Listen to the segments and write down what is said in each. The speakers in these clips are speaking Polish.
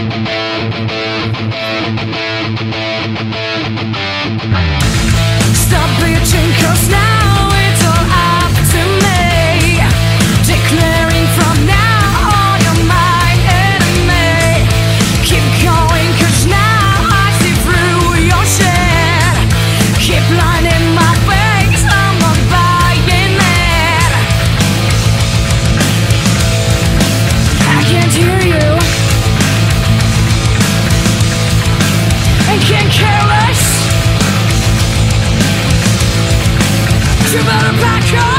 Stop bitching, 'cause now it's all up to me. Declaring from now on you're my enemy. Keep going, 'cause now I see through your shit. Keep lying in my face, I'm not buying it. I can't hear you and can't care less. You better back up.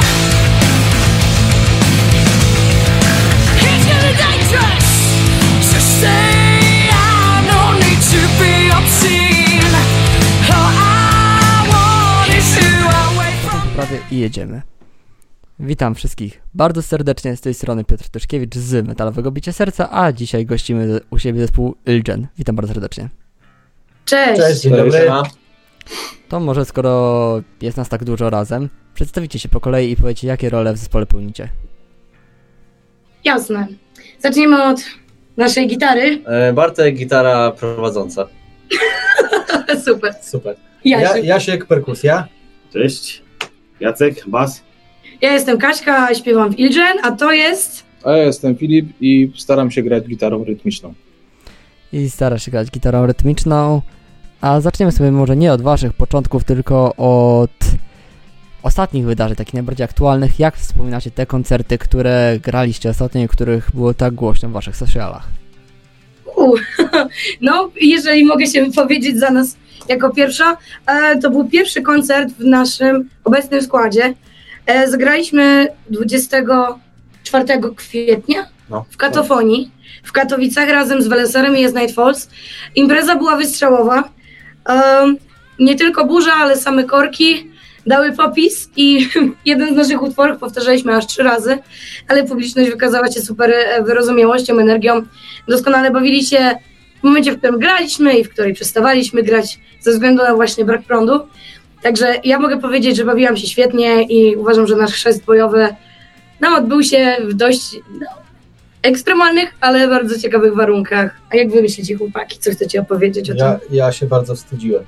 It's getting dangerous. So say I don't need to be obscene. All I want is you away from Prawie i jedziemy. Witam wszystkich bardzo serdecznie, z tej strony Piotr Tyszkiewicz z Metalowego Bicia Serca, a dzisiaj gościmy u siebie zespół Ilgen. Witam bardzo serdecznie. Cześć! Cześć, dzień dobry. To może skoro jest nas tak dużo razem, przedstawicie się po kolei i powiecie, jakie role w zespole pełnicie. Jasne. Zacznijmy od naszej gitary. Bartek, gitara prowadząca. Super. Super. Jasiek. perkusja. Cześć, Jacek, bas. Ja jestem Kaśka, śpiewam w Ilgen, a to jest... A ja jestem Filip i staram się grać gitarą rytmiczną. I stara się grać gitarą rytmiczną, a zaczniemy sobie może nie od waszych początków, tylko od ostatnich wydarzeń, takich najbardziej aktualnych. Jak wspominacie te koncerty, które graliście ostatnio i których było tak głośno w waszych socialach? No, jeżeli mogę się wypowiedzieć za nas jako pierwsza, to był pierwszy koncert w naszym obecnym składzie. Zagraliśmy 24 kwietnia w Katofonii, w Katowicach razem z Weleserem i Yes Night Falls. Impreza była wystrzałowa. Nie tylko burza, ale same korki dały popis i jeden z naszych utworów powtarzaliśmy aż 3 razy, ale publiczność wykazała się super wyrozumiałością, energią. Doskonale bawili się w momencie, w którym graliśmy i w której przestawaliśmy grać ze względu na właśnie brak prądu. Także ja mogę powiedzieć, że bawiłam się świetnie i uważam, że nasz chrzest bojowy odbył się w dość ekstremalnych, ale bardzo ciekawych warunkach. A jak wy myślicie, chłopaki, co chcecie opowiedzieć o tym? Ja się bardzo wstydziłem.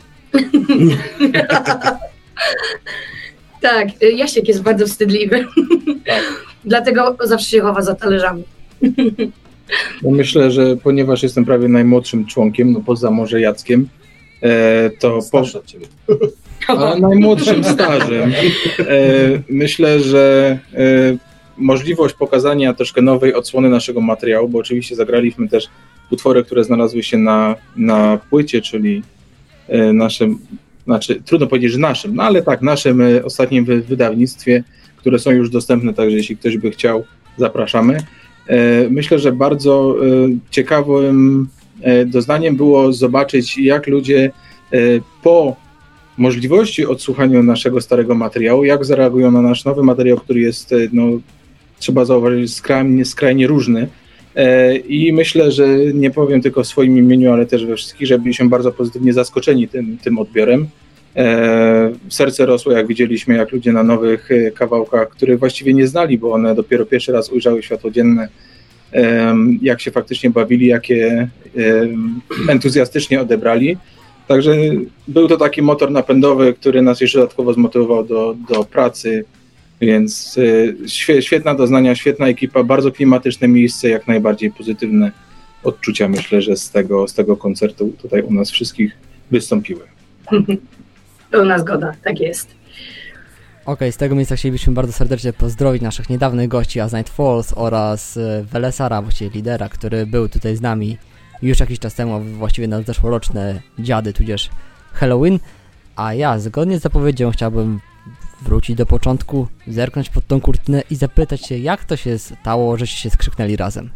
Tak, Jasiek jest bardzo wstydliwy. Tak. Dlatego zawsze się chowa za talerzami. Bo myślę, że ponieważ jestem prawie najmłodszym członkiem, no poza może Jackiem, to Starszy od ciebie. ale najmłodszym stażem, myślę, że możliwość pokazania troszkę nowej odsłony naszego materiału, bo oczywiście zagraliśmy też utwory, które znalazły się na płycie, czyli naszym, znaczy trudno powiedzieć, że naszym, no ale tak, naszym ostatnim wydawnictwie, które są już dostępne, także jeśli ktoś by chciał, zapraszamy. Myślę, że bardzo ciekawym doznaniem było zobaczyć, jak ludzie po możliwości odsłuchania naszego starego materiału, jak zareagują na nasz nowy materiał, który jest, no, trzeba zauważyć, skrajnie różny. I myślę, że nie powiem tylko w swoim imieniu, ale też we wszystkich, że byliśmy bardzo pozytywnie zaskoczeni tym odbiorem. Serce rosło, jak widzieliśmy, jak ludzie na nowych kawałkach, których właściwie nie znali, bo one dopiero pierwszy raz ujrzały światło dzienne, jak się faktycznie bawili, jakie entuzjastycznie odebrali. Także był to taki motor napędowy, który nas jeszcze dodatkowo zmotywował do pracy, więc świetna doznania, świetna ekipa, bardzo klimatyczne miejsce, jak najbardziej pozytywne odczucia, myślę, że z tego koncertu tutaj u nas wszystkich wystąpiły. Pełna zgoda, tak jest. Okej, z tego miejsca chcielibyśmy bardzo serdecznie pozdrowić naszych niedawnych gości Yes Night Falls oraz Welesara, właściwie lidera, który był tutaj z nami już jakiś czas temu, właściwie na zeszłoroczne dziady, tudzież Halloween, a ja zgodnie z zapowiedzią chciałbym wrócić do początku, zerknąć pod tą kurtynę i zapytać się, jak to się stało, żeście się skrzyknęli razem.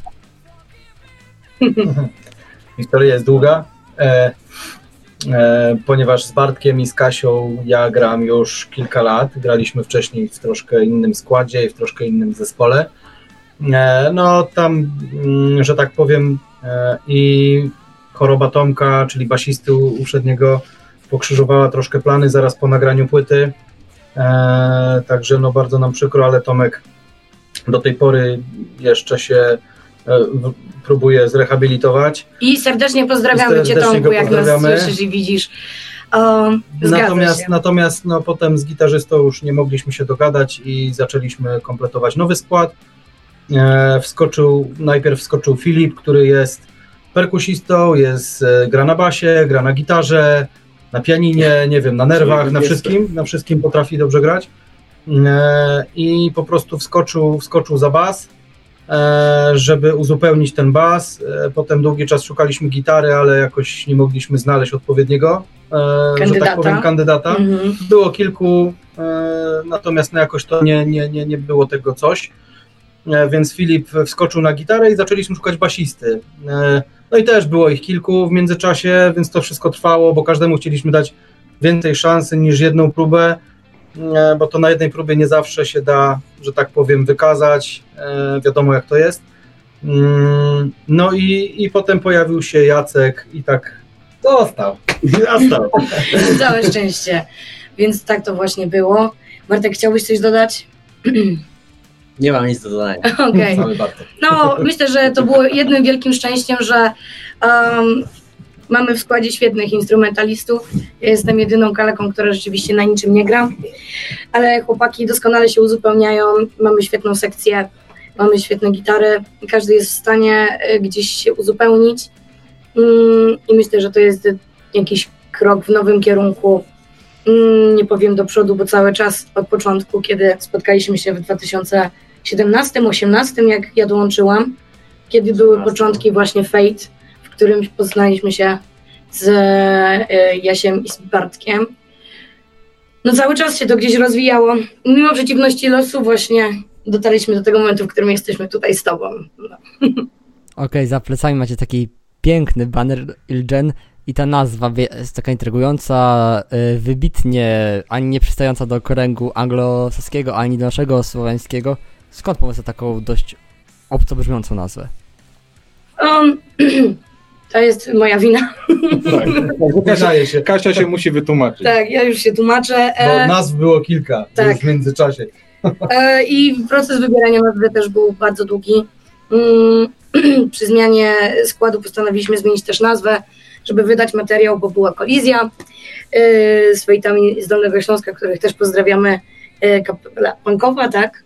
Historia jest długa, ponieważ z Bartkiem i z Kasią ja gram już kilka lat. Graliśmy wcześniej w troszkę innym składzie i w troszkę innym zespole. No tam, że tak powiem, i choroba Tomka, czyli basisty uprzedniego, pokrzyżowała troszkę plany zaraz po nagraniu płyty. Także no bardzo nam przykro, ale Tomek do tej pory jeszcze się próbuje zrehabilitować. I serdecznie pozdrawiamy Cię, Tomku, jak nas słyszysz i widzisz. Natomiast no, potem z gitarzystą już nie mogliśmy się dogadać i zaczęliśmy kompletować nowy skład. Najpierw wskoczył Filip, który jest perkusistą, gra na basie, gra na gitarze, na pianinie, nie wiem, na nerwach, na wszystkim potrafi dobrze grać. I po prostu wskoczył za bas, żeby uzupełnić ten bas. Potem długi czas szukaliśmy gitary, ale jakoś nie mogliśmy znaleźć odpowiedniego, że tak powiem, kandydata. Było kilku, natomiast no jakoś to nie było tego coś. Więc Filip wskoczył na gitarę i zaczęliśmy szukać basisty. No i też było ich kilku w międzyczasie, więc to wszystko trwało, bo każdemu chcieliśmy dać więcej szansy niż jedną próbę, bo to na jednej próbie nie zawsze się da, że tak powiem, wykazać. Wiadomo jak to jest. No i potem pojawił się Jacek i tak został. Całe szczęście. Więc tak to właśnie było. Bartek, chciałbyś coś dodać? Nie mam nic do dodania. Okej. No, myślę, że to było jednym wielkim szczęściem, że mamy w składzie świetnych instrumentalistów. Ja jestem jedyną kaleką, która rzeczywiście na niczym nie gra, ale chłopaki doskonale się uzupełniają. Mamy świetną sekcję, mamy świetne gitary. Każdy jest w stanie gdzieś się uzupełnić i myślę, że to jest jakiś krok w nowym kierunku. Nie powiem do przodu, bo cały czas od początku, kiedy spotkaliśmy się w 2017-2018, jak ja dołączyłam, kiedy były początki właśnie Fate, w którym poznaliśmy się z Jasiem i z Bartkiem. No cały czas się to gdzieś rozwijało. Mimo przeciwności losu właśnie dotarliśmy do tego momentu, w którym jesteśmy tutaj z tobą. No. Okej, za plecami macie taki piękny banner Ilgen. I ta nazwa jest taka intrygująca, wybitnie ani nie przystająca do kręgu anglosaskiego, ani do naszego słowiańskiego. Skąd pomysł na taką dość obco brzmiącą nazwę? To jest moja wina. Tak, Kasia się musi wytłumaczyć. Tak, ja już się tłumaczę. Bo nazw było kilka w międzyczasie. I proces wybierania nazwy też był bardzo długi. Przy zmianie składu postanowiliśmy zmienić też nazwę, żeby wydać materiał, bo była kolizja z fejtami z Dolnego Śląska, których też pozdrawiamy, kapela punkowa, tak.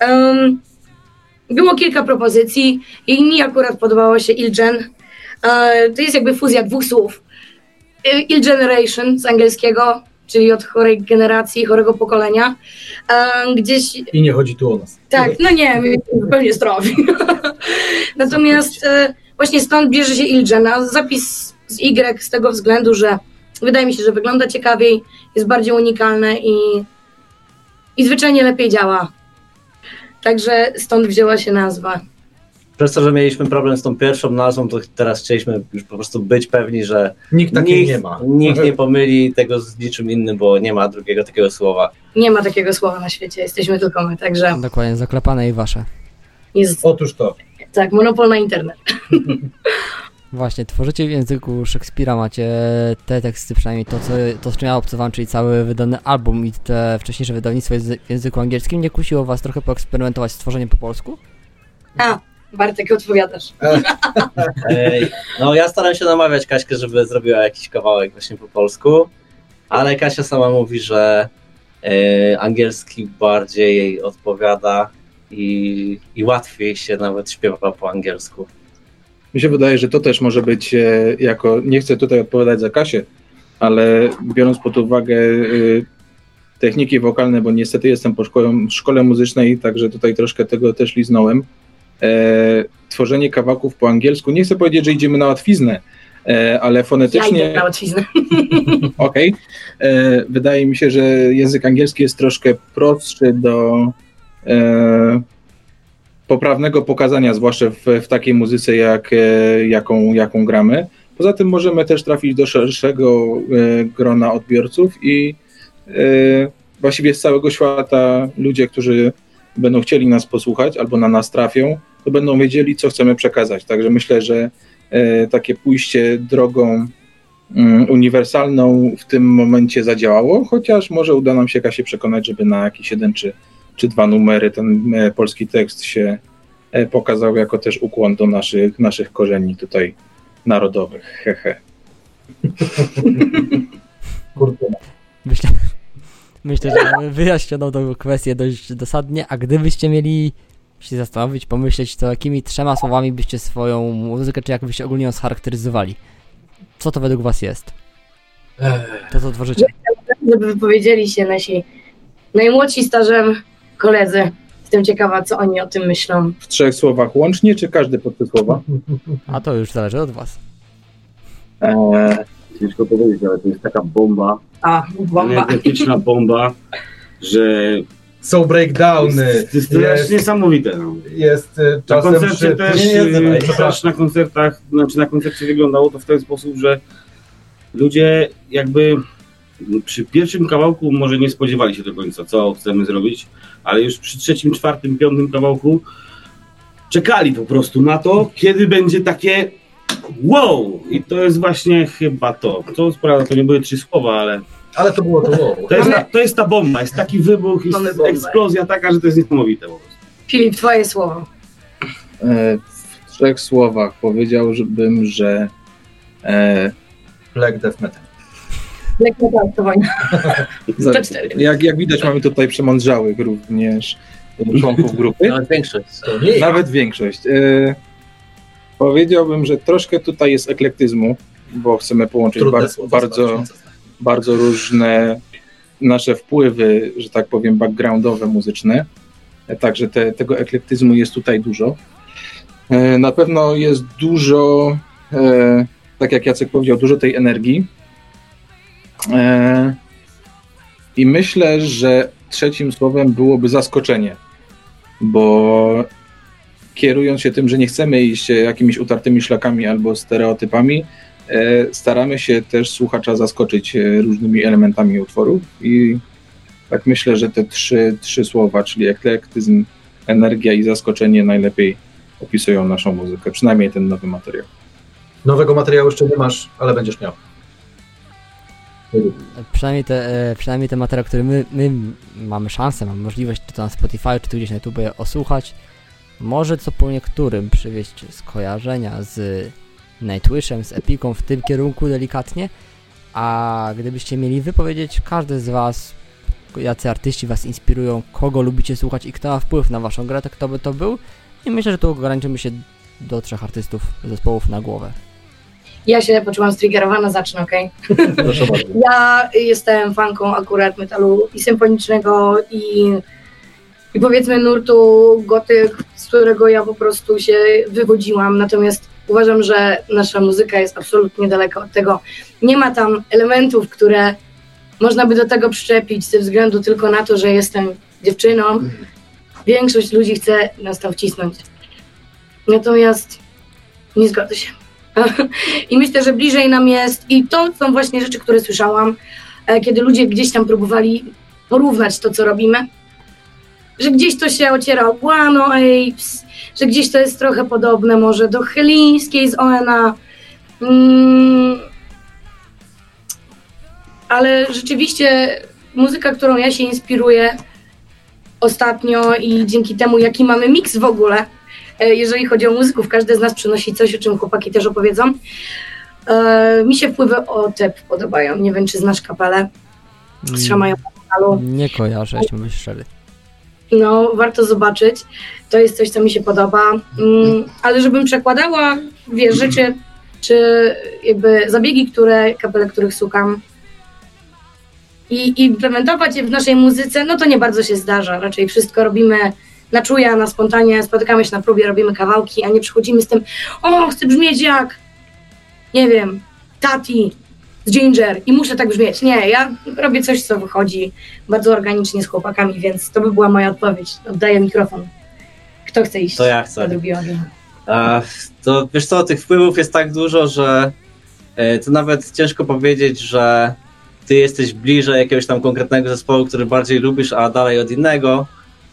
Było kilka propozycji i mi akurat podobało się Ilgen. To jest jakby fuzja dwóch słów. Ilgeneration z angielskiego, czyli od chorej generacji, chorego pokolenia. Gdzieś... I nie chodzi tu o nas. Tak, no nie, my zupełnie zdrowi. Natomiast właśnie stąd bierze się Ilgen, a zapis z Y z tego względu, że wydaje mi się, że wygląda ciekawiej, jest bardziej unikalne i zwyczajnie lepiej działa. Także stąd wzięła się nazwa. Przez to, że mieliśmy problem z tą pierwszą nazwą, to teraz chcieliśmy już po prostu być pewni, że nikt nie ma. Nikt nie pomyli tego z niczym innym, bo nie ma drugiego takiego słowa. Nie ma takiego słowa na świecie, jesteśmy tylko my, także... Dokładnie, zaklepane i wasze. Otóż to. Tak, monopol na internet. Właśnie, tworzycie w języku Szekspira, macie te teksty, przynajmniej to z czym ja obcowałem, czyli cały wydany album i te wcześniejsze wydawnictwo w języku angielskim. Nie kusiło was trochę poeksperymentować z tworzeniem po polsku? Bartek, odpowiadasz. No ja staram się namawiać Kaśkę, żeby zrobiła jakiś kawałek właśnie po polsku, ale Kasia sama mówi, że angielski bardziej jej odpowiada i łatwiej się nawet śpiewa po angielsku. Mi się wydaje, że to też może być nie chcę tutaj odpowiadać za Kasię, ale biorąc pod uwagę techniki wokalne, bo niestety jestem po szkole muzycznej, także tutaj troszkę tego też liznąłem. Tworzenie kawałków po angielsku, nie chcę powiedzieć, że idziemy na łatwiznę, ale fonetycznie... Ja idę na łatwiznę. Okej. Wydaje mi się, że język angielski jest troszkę prostszy do poprawnego pokazania, zwłaszcza w takiej muzyce, jaką gramy. Poza tym możemy też trafić do szerszego grona odbiorców i właściwie z całego świata ludzie, którzy będą chcieli nas posłuchać albo na nas trafią, to będą wiedzieli, co chcemy przekazać. Także myślę, że takie pójście drogą uniwersalną w tym momencie zadziałało, chociaż może uda nam się Kasię przekonać, żeby na jakiś jeden czy dwa numery ten polski tekst się pokazał jako też ukłon do naszych korzeni tutaj narodowych. Hehe. Myślę, że wyjaśniono tą kwestię dość dosadnie, a gdybyście mieli się zastanowić, pomyśleć, to jakimi 3 słowami byście swoją muzykę, czy jak byście ogólnie ją scharakteryzowali? Co to według was jest? To, co tworzycie. Żeby wypowiedzieli się nasi najmłodsi stażem koledzy. Jestem ciekawa, co oni o tym myślą. W 3 słowach łącznie, czy każde po 3 słowa? A to już zależy od was. Ciężko powiedzieć, ale to jest taka bomba, Bomba. energetyczna bomba, że Są breakdowny. to jest niesamowite. No. Jest Na czasem koncercie też, na koncertach, znaczy na koncercie wyglądało to w ten sposób, że ludzie jakby przy pierwszym kawałku może nie spodziewali się do końca, co chcemy zrobić, ale już przy 3., 4., 5. kawałku czekali po prostu na to, kiedy będzie takie wow! I to jest właśnie chyba to. To prawda, to nie były 3 słowa, ale to było to wow. to jest ta bomba, jest taki wybuch, jest eksplozja taka, że to jest niesamowite po prostu. Filip, twoje słowo. W 3 słowach powiedziałbym, że Black Death Metal. Black Metal to wojna. jak widać, mamy tutaj przemądrzałych również członków grupy. Nawet większość. Powiedziałbym, że troszkę tutaj jest eklektyzmu, bo chcemy połączyć bardzo różne nasze wpływy, że tak powiem, backgroundowe, muzyczne. Także tego eklektyzmu jest tutaj dużo. Na pewno jest dużo, tak jak Jacek powiedział, dużo tej energii. I myślę, że 3 słowem byłoby zaskoczenie, bo kierując się tym, że nie chcemy iść jakimiś utartymi szlakami albo stereotypami, staramy się też słuchacza zaskoczyć różnymi elementami utworu i tak myślę, że te 3 słowa, czyli eklektyzm, energia i zaskoczenie najlepiej opisują naszą muzykę, przynajmniej ten nowy materiał. Nowego materiału jeszcze nie masz, ale będziesz miał. Przynajmniej ten materiał, który my mamy szansę, mamy możliwość czy to na Spotify, czy tu gdzieś na YouTube osłuchać, może co po niektórym przywieźć skojarzenia z Nightwishem, z Epiką w tym kierunku delikatnie, a gdybyście mieli wypowiedzieć, każdy z was, jacy artyści was inspirują, kogo lubicie słuchać i kto ma wpływ na waszą grę, to kto by to był? I myślę, że tu ograniczymy się do 3 artystów, zespołów na głowę. Ja się poczułam striggerowana, zacznę, okej? Proszę bardzo. Ja jestem fanką akurat metalu i symfonicznego i powiedzmy nurtu gotyk, z którego ja po prostu się wywodziłam, natomiast uważam, że nasza muzyka jest absolutnie daleka od tego. Nie ma tam elementów, które można by do tego przyczepić ze względu tylko na to, że jestem dziewczyną. Większość ludzi chce nas tam wcisnąć. Natomiast nie zgodzę się. I myślę, że bliżej nam jest i to są właśnie rzeczy, które słyszałam, kiedy ludzie gdzieś tam próbowali porównać to, co robimy, że gdzieś to się ociera o Guano Apes, że gdzieś to jest trochę podobne może do Chylińskiej z ONA, ale rzeczywiście muzyka, którą ja się inspiruję ostatnio i dzięki temu, jaki mamy miks w ogóle, jeżeli chodzi o muzyków, każdy z nas przynosi coś, o czym chłopaki też opowiedzą. Mi się wpływy OTEP podobają. Nie wiem, czy znasz kapelę z Szamają Metalu. Nie kojarzę, jeśli mówisz szczery. No, warto zobaczyć. To jest coś, co mi się podoba. Ale żebym przekładała, wiesz, rzeczy, czy jakby zabiegi, kapele, których słucham i implementować je w naszej muzyce, no to nie bardzo się zdarza. Raczej wszystko robimy na czuja, na spontanie, spotykamy się na próbie, robimy kawałki, a nie przychodzimy z tym, chcę brzmieć jak, nie wiem, Tati z Ginger i muszę tak brzmieć. Nie, ja robię coś, co wychodzi bardzo organicznie z chłopakami, więc to by była moja odpowiedź. Oddaję mikrofon. Kto chce iść? To ja chcę. Na drugi ogień. To wiesz co, tych wpływów jest tak dużo, że to nawet ciężko powiedzieć, że ty jesteś bliżej jakiegoś tam konkretnego zespołu, który bardziej lubisz, a dalej od innego.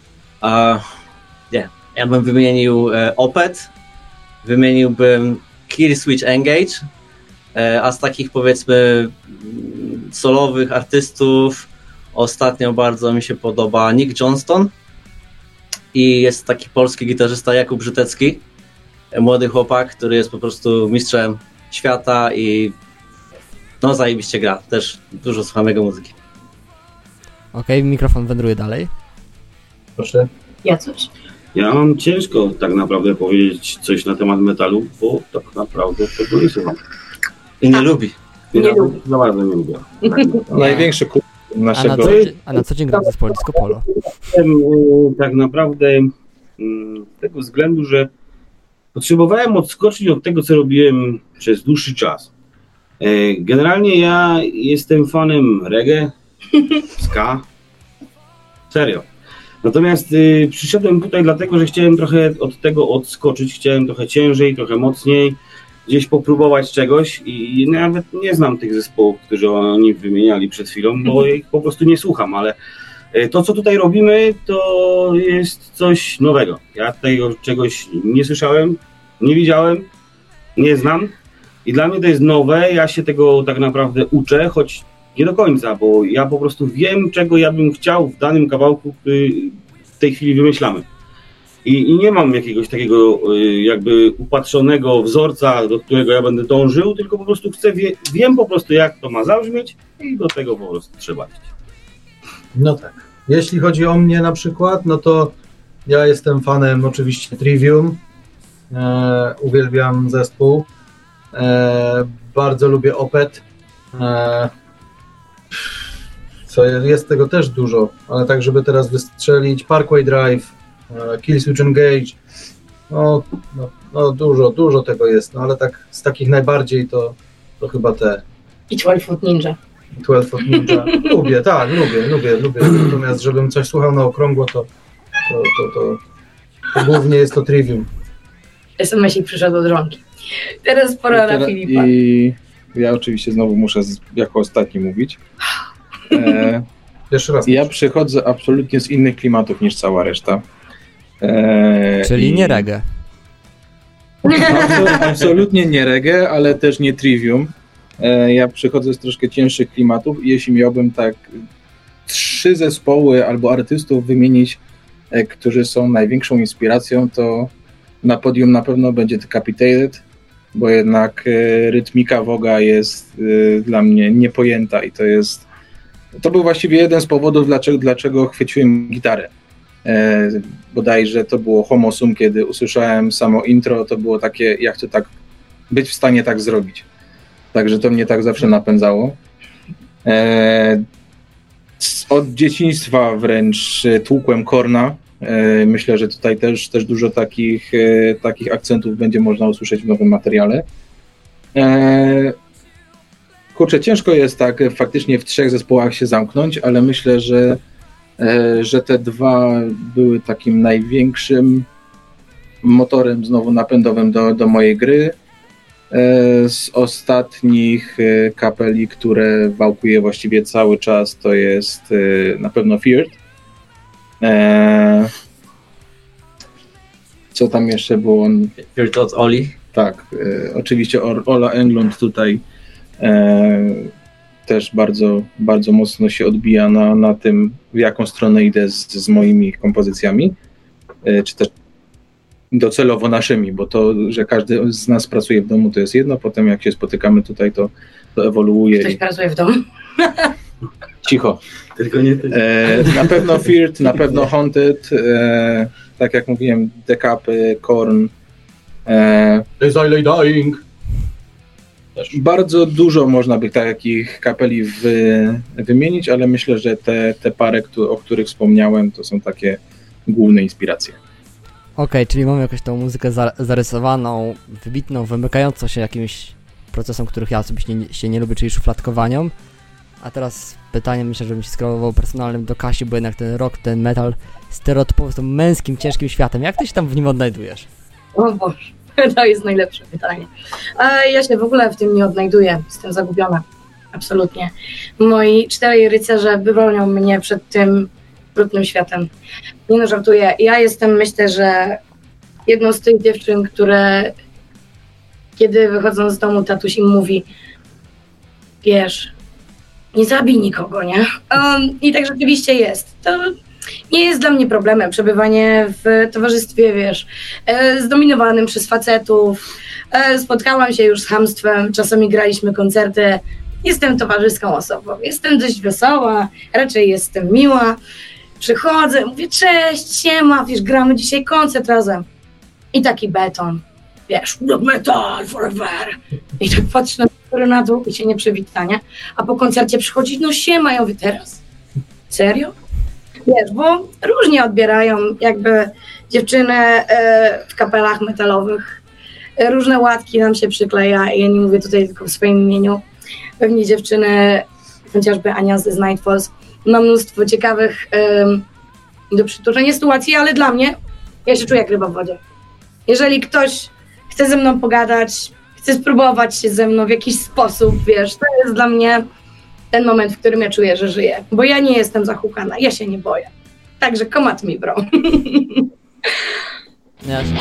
Nie, ja bym wymienił Opeth, wymieniłbym Killswitch Engage, a z takich powiedzmy solowych artystów ostatnio bardzo mi się podoba Nick Johnston i jest taki polski gitarzysta Jakub Żytecki, młody chłopak, który jest po prostu mistrzem świata i no zajebiście gra. Też dużo słucham jego muzyki. Okej, mikrofon wędruje dalej. Proszę. Ja coś. Ja mam ciężko tak naprawdę powiedzieć coś na temat metalu, bo tak naprawdę tego nie słucham. I nie lubi. Nie lubi. Za bardzo nie lubię. Największy klub naszego... A na co dzień gra w zespole Disco Polo? Tak naprawdę z tego względu, że potrzebowałem odskoczyć od tego, co robiłem przez dłuższy czas. Generalnie ja jestem fanem reggae, ska, serio. Natomiast przyszedłem tutaj dlatego, że chciałem trochę od tego odskoczyć, chciałem trochę ciężej, trochę mocniej, gdzieś popróbować czegoś i nawet nie znam tych zespołów, które oni wymieniali przed chwilą, bo ich po prostu nie słucham, ale to, co tutaj robimy, to jest coś nowego. Ja tego czegoś nie słyszałem, nie widziałem, nie znam i dla mnie to jest nowe, ja się tego tak naprawdę uczę, choć nie do końca, bo ja po prostu wiem, czego ja bym chciał w danym kawałku, który w tej chwili wymyślamy. I nie mam jakiegoś takiego jakby upatrzonego wzorca, do którego ja będę dążył, tylko po prostu chcę, wiem po prostu, jak to ma zabrzmieć i do tego po prostu trzeba iść. No tak. Jeśli chodzi o mnie na przykład, no to ja jestem fanem oczywiście Trivium. Uwielbiam zespół. Bardzo lubię Opeth. Co jest tego też dużo, ale tak, żeby teraz wystrzelić Parkway Drive, Killswitch Engage, no dużo tego jest, no ale tak z takich najbardziej to chyba te I 12 Foot Ninja. 12 Foot Ninja. Lubię, natomiast żebym coś słuchał na okrągło, to głównie jest to Trivium. SMS-ik przyszedł od Ronki. Teraz pora na Filipa. I ja oczywiście znowu muszę jako ostatni mówić. Jeszcze raz. Ja przychodzę absolutnie z innych klimatów niż cała reszta. Czyli nie reggae. Absolutnie nie reggae, ale też nie Trivium. Ja przychodzę z troszkę cięższych klimatów i jeśli miałbym tak 3 zespoły albo artystów wymienić, którzy są największą inspiracją, to na podium na pewno będzie Decapitated, bo jednak rytmika Woga jest dla mnie niepojęta i to był właściwie jeden z powodów, dlaczego chwyciłem gitarę. Bodajże to było Homo Sum, kiedy usłyszałem samo intro, to było takie, ja chcę tak być w stanie tak zrobić. Także to mnie tak zawsze napędzało. Od dzieciństwa wręcz tłukłem Korna. Myślę, że tutaj też dużo takich akcentów będzie można usłyszeć w nowym materiale. Kurczę, ciężko jest tak faktycznie w 3 zespołach się zamknąć, ale myślę, że te 2 były takim największym motorem znowu napędowym do mojej gry. Z ostatnich kapeli, które wałkuję właściwie cały czas, to jest na pewno Feared. Co tam jeszcze było? Feared od Oli. Tak, oczywiście Ola Englund tutaj też bardzo, bardzo mocno się odbija na tym, w jaką stronę idę z moimi kompozycjami, czy też docelowo naszymi, bo to, że każdy z nas pracuje w domu, to jest jedno, potem jak się spotykamy tutaj, to ewoluuje. Ktoś pracuje w domu? Cicho. Tylko nie ty. Na pewno Feared, na pewno Haunted, tak jak mówiłem, Decapy, Korn. As I lay dying. Bardzo dużo można by takich kapeli wymienić, ale myślę, że te parę, o których wspomniałem, to są takie główne inspiracje. Okej, czyli mamy jakąś tą muzykę zarysowaną, wybitną, wymykającą się jakimś procesom, których ja osobiście się nie lubię, czyli szufladkowaniom. A teraz pytanie, myślę, że bym się skierował personalnym do Kasi, bo jednak ten rock, ten metal stereotypowo z tym męskim, ciężkim światem. Jak ty się tam w nim odnajdujesz? O Boże, to jest najlepsze pytanie. Ja się w ogóle w tym nie odnajduję, jestem zagubiona. Absolutnie. Moi 4 rycerze bronią mnie przed tym brudnym światem. Nie no, żartuję. Ja jestem, myślę, że jedną z tych dziewczyn, które kiedy wychodzą z domu, tatuś im mówi: wiesz, nie zabij nikogo, nie? I tak rzeczywiście jest. To nie jest dla mnie problemem przebywanie w towarzystwie, wiesz, zdominowanym przez facetów. Spotkałam się już z chamstwem, czasami graliśmy koncerty. Jestem towarzyską osobą, jestem dość wesoła, raczej jestem miła. Przychodzę, mówię cześć, siema, wiesz, gramy dzisiaj koncert razem. I taki beton, wiesz, metal forever. I tak patrzę na dół i się nie przywita, nie? A po koncercie przychodzi, no siema, ja mówię teraz. Serio? Wiesz, bo różnie odbierają jakby dziewczyny w kapelach metalowych. Różne łatki nam się przykleja i ja nie mówię tutaj tylko w swoim imieniu. Pewnie dziewczyny, chociażby Ania z Night Falls, ma mnóstwo ciekawych do przyturzenia sytuacji, ale dla mnie, ja się czuję jak ryba w wodzie. Jeżeli ktoś chce ze mną pogadać, chce spróbować się ze mną w jakiś sposób, wiesz, to jest dla mnie ten moment, w którym ja czuję, że żyję. Bo ja nie jestem zahukana, ja się nie boję. Także come at me, bro. Jasne.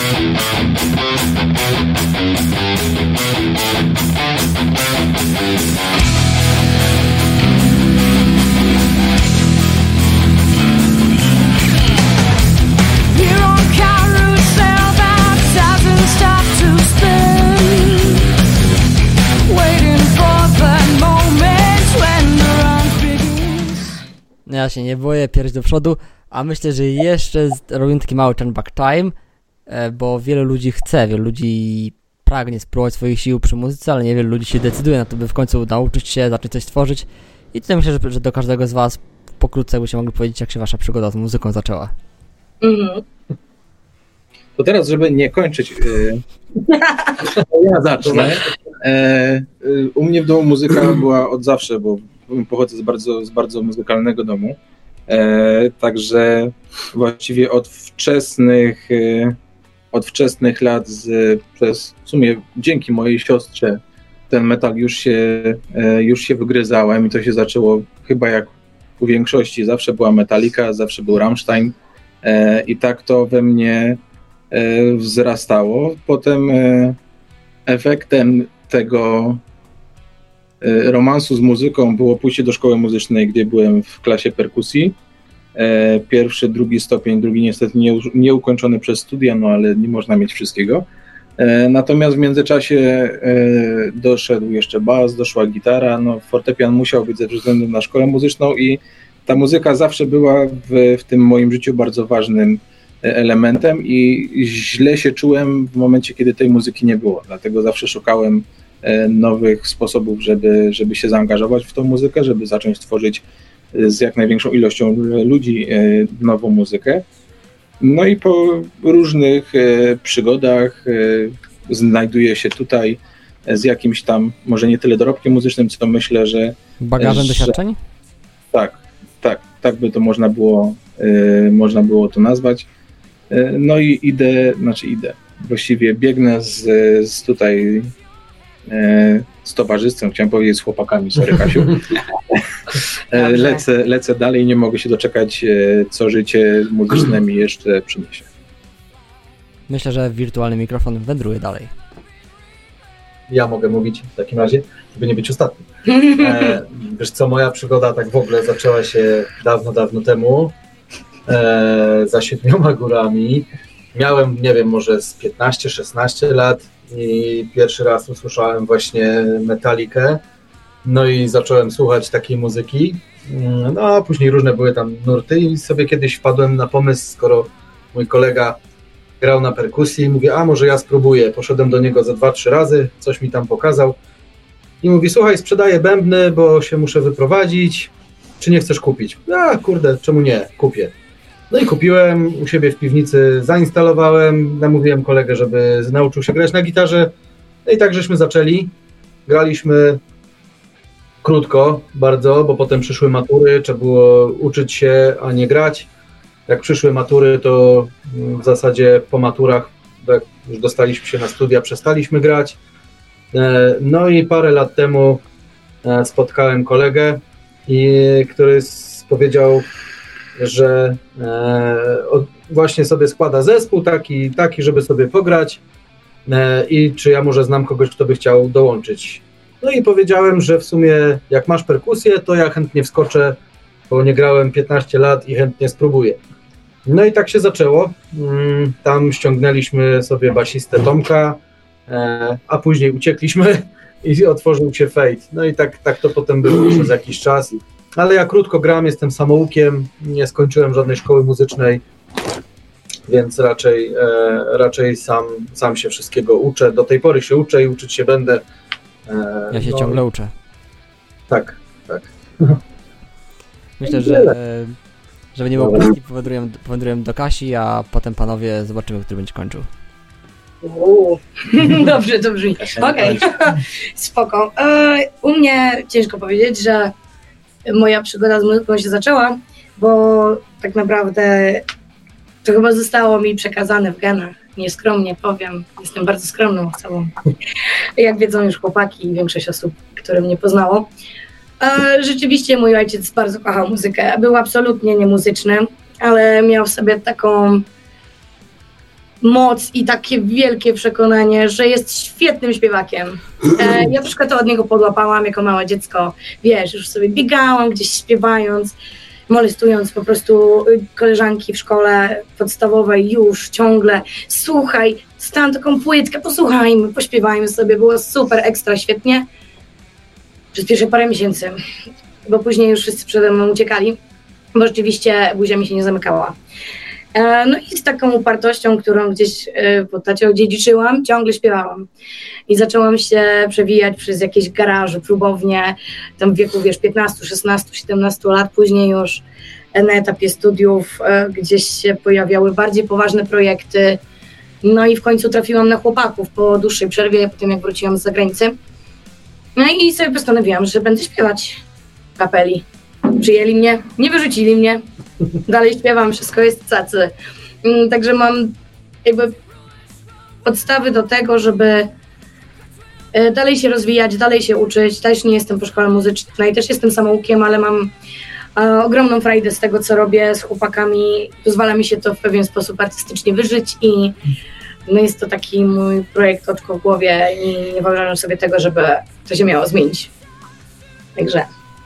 You're on carousel that doesn't stop to spin, waiting for the moment when the run begins. Ja się nie boję, pierś do przodu, a myślę, że jeszcze robimy taki mały turn back time, bo wielu ludzi chce, wielu ludzi pragnie spróbować swoich sił przy muzyce, ale niewielu ludzi się decyduje na to, by w końcu nauczyć się, zacząć coś tworzyć. I tutaj myślę, że do każdego z was pokrótce byście mogli powiedzieć, jak się wasza przygoda z muzyką zaczęła. Mhm. To teraz, żeby nie kończyć, ja zacznę. U mnie w domu muzyka była od zawsze, bo pochodzę z bardzo muzykalnego domu. Także właściwie od wczesnych lat, przez w sumie dzięki mojej siostrze, ten metal już się wygryzałem i to się zaczęło chyba jak u większości. Zawsze była Metallica, zawsze był Rammstein i tak to we mnie wzrastało. Potem efektem tego romansu z muzyką było pójście do szkoły muzycznej, gdzie byłem w klasie perkusji. Pierwszy, drugi stopień, drugi niestety nieukończony przez studia, no ale nie można mieć wszystkiego. Natomiast w międzyczasie doszedł jeszcze bas, doszła gitara, no fortepian musiał być ze względu na szkołę muzyczną i ta muzyka zawsze była w tym moim życiu bardzo ważnym elementem i źle się czułem w momencie, kiedy tej muzyki nie było, dlatego zawsze szukałem nowych sposobów, żeby się zaangażować w tą muzykę, żeby zacząć tworzyć z jak największą ilością ludzi nową muzykę. No i po różnych przygodach znajduję się tutaj z jakimś tam, może nie tyle dorobkiem muzycznym, co myślę, że... Bagażem doświadczeń? Tak by to można było to nazwać. No i idę, właściwie biegnę z tutaj z towarzystwem, chciałem powiedzieć z chłopakami, sorry Kasiu. Lecę dalej, nie mogę się doczekać, co życie muzyczne mi jeszcze przyniesie. Myślę, że wirtualny mikrofon wędruje dalej. Ja mogę mówić w takim razie, żeby nie być ostatnim. Wiesz co, moja przygoda tak w ogóle zaczęła się dawno temu, za 7 górami. Miałem, nie wiem, może z 15-16 lat i pierwszy raz usłyszałem właśnie Metallicę. No i zacząłem słuchać takiej muzyki. No a później różne były tam nurty i sobie kiedyś wpadłem na pomysł, skoro mój kolega grał na perkusji, mówię, a może ja spróbuję. Poszedłem do niego za 2-3 razy, coś mi tam pokazał i mówi, słuchaj, sprzedaję bębny, bo się muszę wyprowadzić, czy nie chcesz kupić? A kurde, czemu nie, kupię. No i kupiłem, u siebie w piwnicy zainstalowałem, namówiłem kolegę, żeby nauczył się grać na gitarze. No i tak żeśmy zaczęli. Graliśmy krótko bardzo, bo potem przyszły matury, trzeba było uczyć się, a nie grać. Jak przyszły matury, to w zasadzie po maturach, jak już dostaliśmy się na studia, przestaliśmy grać. No i parę lat temu spotkałem kolegę, który powiedział, że właśnie sobie składa zespół taki, żeby sobie pograć i czy ja może znam kogoś, kto by chciał dołączyć. No i powiedziałem, że w sumie jak masz perkusję, to ja chętnie wskoczę bo nie grałem 15 lat i chętnie spróbuję. No i tak się zaczęło. Tam ściągnęliśmy sobie basistę Tomka, a później uciekliśmy i otworzył się Fate. No i tak to potem było przez jakiś czas. Ale ja krótko gram, jestem samoukiem, nie skończyłem żadnej szkoły muzycznej, więc raczej sam się wszystkiego uczę. Do tej pory się uczę i uczyć się będę. Ja się ciągle uczę. Tak. Myślę, że żeby nie było Polski, powędruję do Kasi, a potem panowie zobaczymy, który będzie kończył. Dobrze, to brzmi. Okej, spoko. U mnie ciężko powiedzieć, że moja przygoda z muzyką się zaczęła, bo tak naprawdę to chyba zostało mi przekazane w genach. Nieskromnie powiem, jestem bardzo skromną osobą. Jak wiedzą już chłopaki i większość osób, które mnie poznało. Rzeczywiście mój ojciec bardzo kochał muzykę. Był absolutnie niemuzyczny, ale miał w sobie taką moc i takie wielkie przekonanie, że jest świetnym śpiewakiem. Ja troszkę to od niego podłapałam jako małe dziecko. Wiesz, już sobie biegałam gdzieś śpiewając, molestując po prostu koleżanki w szkole podstawowej już ciągle. Słuchaj, dostałam taką płytkę, posłuchajmy, pośpiewajmy sobie, było super, ekstra, świetnie. Przez pierwsze parę miesięcy, bo później już wszyscy przede mną uciekali, bo rzeczywiście buzia mi się nie zamykała. No i z taką upartością, którą gdzieś po tacie odziedziczyłam, ciągle śpiewałam. I zaczęłam się przewijać przez jakieś garaże, próbownie, tam w wieku, wiesz, 15, 16, 17 lat, później już na etapie studiów gdzieś się pojawiały bardziej poważne projekty. No i w końcu trafiłam na chłopaków po dłuższej przerwie, po tym jak wróciłam z zagranicy. No i sobie postanowiłam, że będę śpiewać w kapeli. Przyjęli mnie, nie wyrzucili mnie. Dalej śpiewam, wszystko jest cacy. Także mam jakby podstawy do tego, żeby dalej się rozwijać, dalej się uczyć. Też nie jestem po szkole muzycznej, też jestem samoukiem, ale mam ogromną frajdę z tego, co robię z chłopakami. Pozwala mi się to w pewien sposób artystycznie wyżyć i no jest to taki mój projekt oczko w głowie i nie wyobrażam sobie tego, żeby to się miało zmienić. Także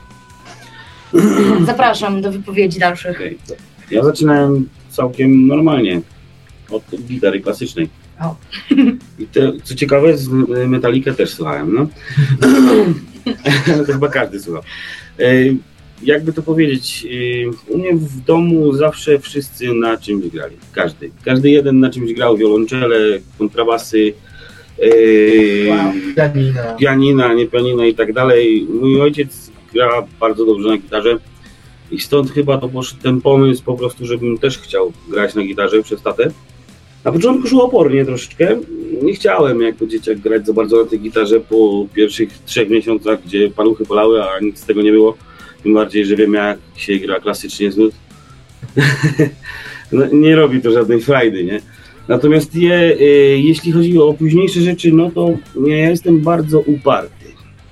zapraszam do wypowiedzi dalszych. Okay. Ja zaczynałem całkiem normalnie, od gitary klasycznej. O. I co ciekawe, z Metallicę też słuchałem, no. To chyba każdy słuchał. Jakby to powiedzieć, u mnie w domu zawsze wszyscy na czymś grali. Każdy jeden na czymś grał, wiolonczele, kontrabasy, pianina i tak dalej. Mój ojciec gra bardzo dobrze na gitarze i stąd chyba to poszedł ten pomysł po prostu, żebym też chciał grać na gitarze przez tatę. Na początku szło opornie troszeczkę, nie chciałem jako dzieciak grać za bardzo na tej gitarze po pierwszych 3 miesiącach, gdzie paluchy bolały, a nic z tego nie było. Tym bardziej, że wiem, jak się gra klasycznie z nut. No, nie robi to żadnej frajdy, nie? Natomiast jeśli chodzi o późniejsze rzeczy, no to ja jestem bardzo uparty.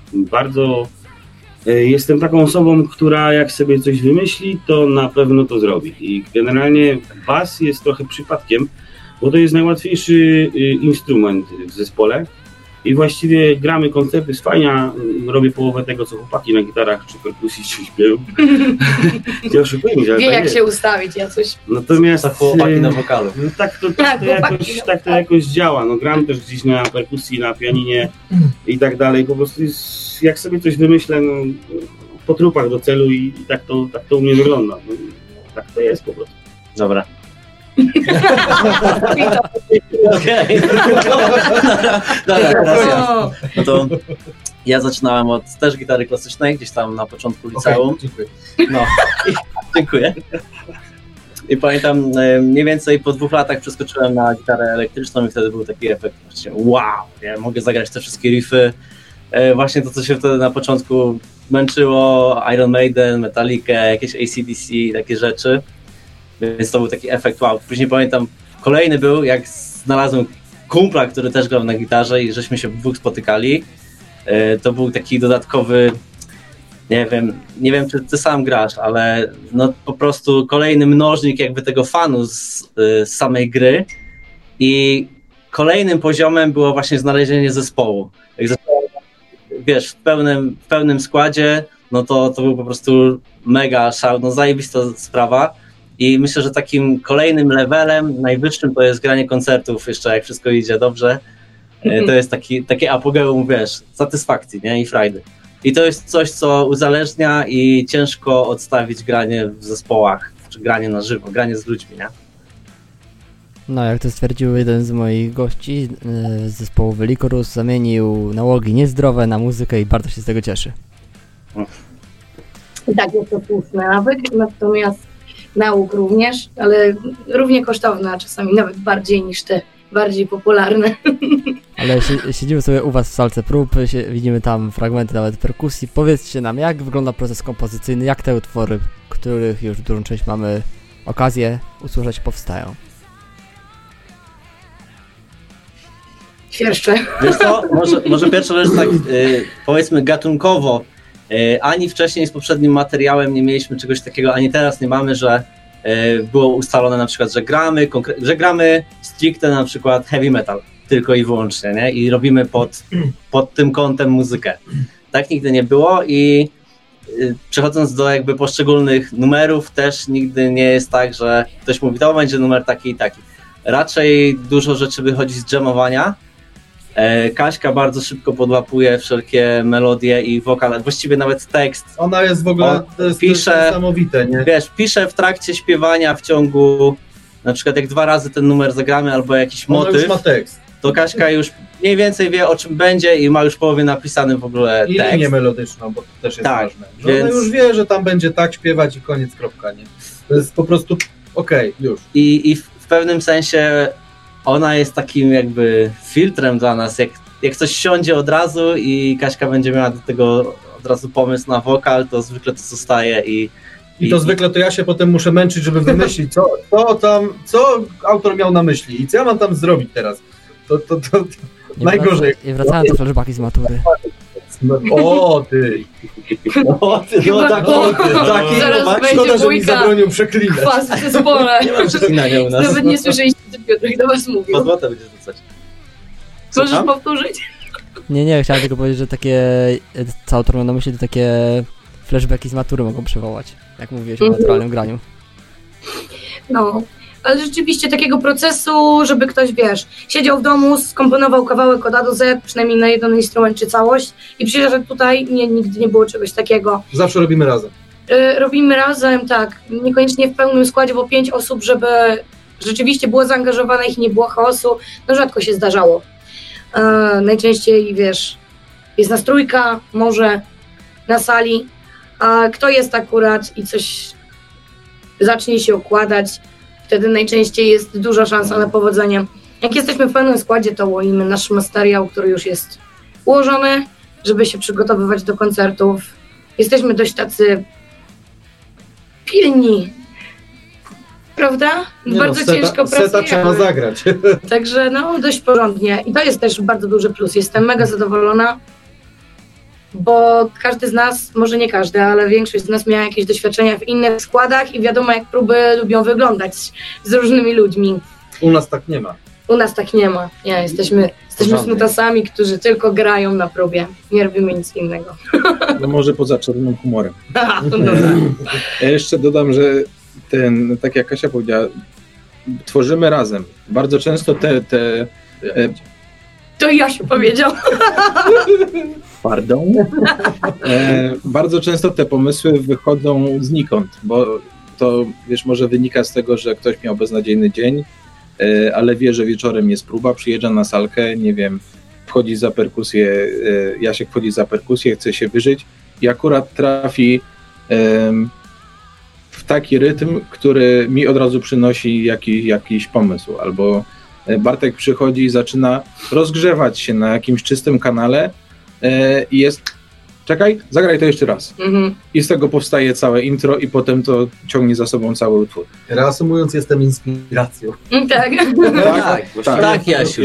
Jestem taką osobą, która jak sobie coś wymyśli, to na pewno to zrobi. I generalnie bas jest trochę przypadkiem, bo to jest najłatwiejszy instrument w zespole. I właściwie gramy koncerty z fajnia, robię połowę tego, co chłopaki na gitarach czy perkusji czy śpiewają. Nie oszukujmy się, ale Wie tak jak jest. się ustawić, ja coś. Natomiast chłopaki na wokalu. No tak to jakoś działa. No, gram też gdzieś na perkusji, na pianinie i tak dalej. Po prostu jak sobie coś wymyślę, no, po trupach do celu i tak to u mnie wygląda. No, tak to jest po prostu. Dobra. Okej. Dobra, teraz ja. No to ja zaczynałem od też gitary klasycznej, gdzieś tam na początku liceum. Okay, dziękuję. No, dziękuję. I pamiętam, mniej więcej po 2 latach przeskoczyłem na gitarę elektryczną i wtedy był taki efekt, właśnie wow, ja mogę zagrać te wszystkie riffy. Właśnie to, co się wtedy na początku męczyło, Iron Maiden, Metallicę, jakieś AC/DC, takie rzeczy. Więc to był taki efekt wow. Później pamiętam, kolejny był, jak znalazłem kumpla, który też grał na gitarze i żeśmy się w 2 spotykali. To był taki dodatkowy, nie wiem czy ty sam grasz, ale no po prostu kolejny mnożnik jakby tego fanu z samej gry. I kolejnym poziomem było właśnie znalezienie zespołu. Jak wiesz, w pełnym składzie no to był po prostu mega szał, no zajebista sprawa. I myślę, że takim kolejnym levelem, najwyższym to jest granie koncertów, jeszcze jak wszystko idzie dobrze. To jest takie apogeum, wiesz, satysfakcji, nie? I frajdy. I to jest coś, co uzależnia i ciężko odstawić granie w zespołach, czy granie na żywo, granie z ludźmi, nie? No, jak to stwierdził jeden z moich gości z zespołu Velikorus, zamienił nałogi niezdrowe na muzykę i bardzo się z tego cieszy. I tak jest to słuszny nawyk, natomiast nauk również, ale równie kosztowne, a czasami nawet bardziej niż te bardziej popularne. Ale siedzimy sobie u was w salce prób, widzimy tam fragmenty nawet perkusji. Powiedzcie nam, jak wygląda proces kompozycyjny, jak te utwory, których już dużą część mamy okazję usłyszeć, powstają. Świerszcze. Wiesz co, może pierwsza rzecz tak powiedzmy gatunkowo, ani wcześniej z poprzednim materiałem nie mieliśmy czegoś takiego, ani teraz nie mamy, że było ustalone na przykład, że gramy stricte na przykład heavy metal, tylko i wyłącznie, nie? I robimy pod tym kątem muzykę. Tak nigdy nie było i przechodząc do jakby poszczególnych numerów też nigdy nie jest tak, że ktoś mówi, to będzie numer taki i taki. Raczej dużo rzeczy wychodzi z dżemowania. Kaśka bardzo szybko podłapuje wszelkie melodie i wokal, właściwie nawet tekst. Ona jest w ogóle pisze, niesamowite, nie? Wiesz, pisze w trakcie śpiewania w ciągu, na przykład jak 2 razy ten numer zagramy albo jakiś motyw, już ma tekst. To Kaśka już mniej więcej wie, o czym będzie i ma już w połowie napisany w ogóle tekst. I linię melodyczną, bo to też jest tak, ważne. Że ona już wie, że tam będzie tak śpiewać i koniec, kropka, nie? To jest po prostu okej, już. I w pewnym sensie ona jest takim jakby filtrem dla nas, jak coś siądzie od razu i Kaśka będzie miała do tego od razu pomysł na wokal, to zwykle to zostaje i to zwykle to ja się potem muszę męczyć, żeby wymyślić, co autor miał na myśli i co ja mam tam zrobić teraz. To najgorzej. I wracając do flashbacki z matury. O ty! No taki zaraz szkoda, że mi zabronił przeklinać. Kwas w zespole. Nie ma przeklinania u nas. Nawet nie słyszeliście, co Piotrek do was mówił. Po złote będziesz rzucać. Możesz powtórzyć? Nie, chciałem tylko powiedzieć, że takie, co autor miał na myśli, to takie flashbacki z matury mogą przywołać, jak mówiłeś o naturalnym graniu. No, ale rzeczywiście takiego procesu, żeby ktoś, wiesz, siedział w domu, skomponował kawałek od A do Z, przynajmniej na jeden instrument czy całość i przyszedł tutaj, nigdy nie było czegoś takiego. Zawsze robimy razem. Robimy razem, tak, niekoniecznie w pełnym składzie, bo 5 osób, żeby rzeczywiście było zaangażowanych i nie było chaosu, no rzadko się zdarzało. Najczęściej, wiesz, jest nas 3, może na sali, a kto jest akurat i coś zacznie się układać, wtedy najczęściej jest duża szansa na powodzenie. Jak jesteśmy w pełnym składzie, to łoimy nasz materiał, który już jest ułożony, żeby się przygotowywać do koncertów. Jesteśmy dość tacy pilni, prawda? Bardzo ciężko pracujemy. Seta trzeba zagrać. Także no dość porządnie i to jest też bardzo duży plus. Jestem mega zadowolona, bo każdy z nas, może nie każdy, ale większość z nas miała jakieś doświadczenia w innych składach i wiadomo, jak próby lubią wyglądać z różnymi ludźmi. U nas tak nie ma. U nas tak nie ma. Jesteśmy snutasami, którzy tylko grają na próbie. Nie robimy nic innego. No może poza czarnym humorem. No. Ja jeszcze dodam, że tak jak Kasia powiedziała, tworzymy razem. Bardzo często To Jasiu powiedział. Pardon? Bardzo często te pomysły wychodzą znikąd, bo to, wiesz, może wynika z tego, że ktoś miał beznadziejny dzień, ale wie, że wieczorem jest próba, przyjeżdża na salkę, nie wiem, wchodzi za perkusję, Jasiek wchodzi za perkusję, chce się wyżyć i akurat trafi w taki rytm, który mi od razu przynosi jakiś pomysł, albo Bartek przychodzi i zaczyna rozgrzewać się na jakimś czystym kanale i jest, czekaj, zagraj to jeszcze raz. I z tego powstaje całe intro i potem to ciągnie za sobą cały utwór. Reasumując, jestem inspiracją. Tak. Tak, Jasiu.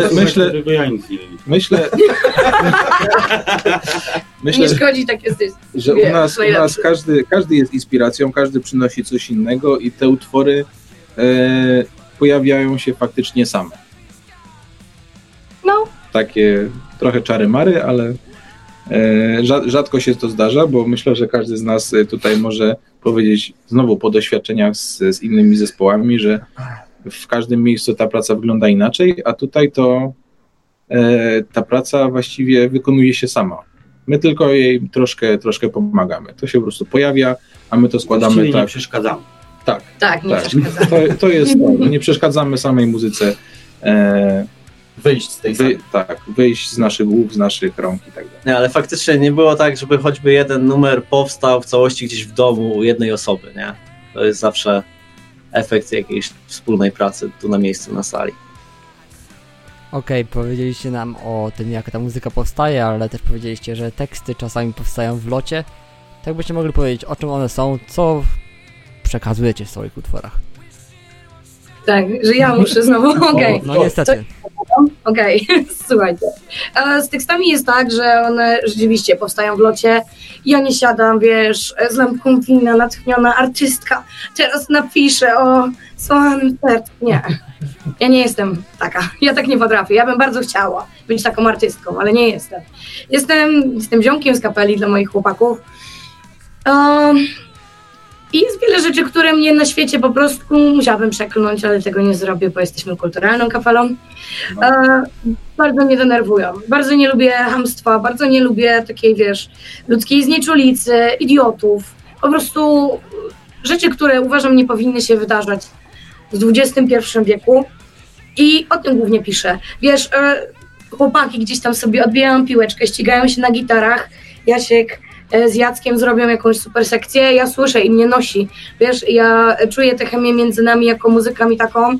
Nie szkodzi, tak jesteś. Że u nas każdy jest inspiracją, każdy przynosi coś innego i te utwory pojawiają się faktycznie same. No. Takie trochę czary-mary, ale Rzadko się to zdarza, bo myślę, że każdy z nas tutaj może powiedzieć znowu po doświadczeniach z innymi zespołami, że w każdym miejscu ta praca wygląda inaczej, a tutaj to ta praca właściwie wykonuje się sama. My tylko jej troszkę pomagamy. To się po prostu pojawia, a my to składamy Właściwie tak. nie przeszkadzamy. Tak, nie przeszkadzamy. To jest to. Nie przeszkadzamy samej muzyce Wyjść z tej sali. wyjść z naszych głów, z naszych rąk i tak dalej. Nie, ale faktycznie nie było tak, żeby choćby jeden numer powstał w całości gdzieś w domu u jednej osoby, nie? To jest zawsze efekt jakiejś wspólnej pracy tu na miejscu, na sali. Okej, powiedzieliście nam o tym, jak ta muzyka powstaje, ale też powiedzieliście, że teksty czasami powstają w locie. Tak byście mogli powiedzieć, o czym one są, co przekazujecie w swoich utworach. Tak, że ja muszę znowu, okej. No niestety. Okej, słuchajcie. Z tekstami jest tak, że one rzeczywiście powstają w locie. Ja nie siadam, wiesz, z lampką wina, natchniona artystka. Teraz napiszę o słowanym sercu. Nie, ja nie jestem taka. Ja tak nie potrafię. Ja bym bardzo chciała być taką artystką, ale nie jestem. Jestem ziomkiem z kapeli dla moich chłopaków. I jest wiele rzeczy, które mnie na świecie po prostu musiałabym przeklnąć, ale tego nie zrobię, bo jesteśmy kulturalną kapelą. Bardzo mnie denerwują. Bardzo nie lubię chamstwa, bardzo nie lubię takiej, wiesz, ludzkiej znieczulicy, idiotów. Po prostu rzeczy, które uważam nie powinny się wydarzać w XXI wieku. I o tym głównie piszę. Wiesz, chłopaki gdzieś tam sobie odbijają piłeczkę, ścigają się na gitarach. Jasiek z Jackiem zrobią jakąś super sekcję, ja słyszę i mnie nosi. Wiesz, ja czuję tę chemię między nami jako muzykami taką.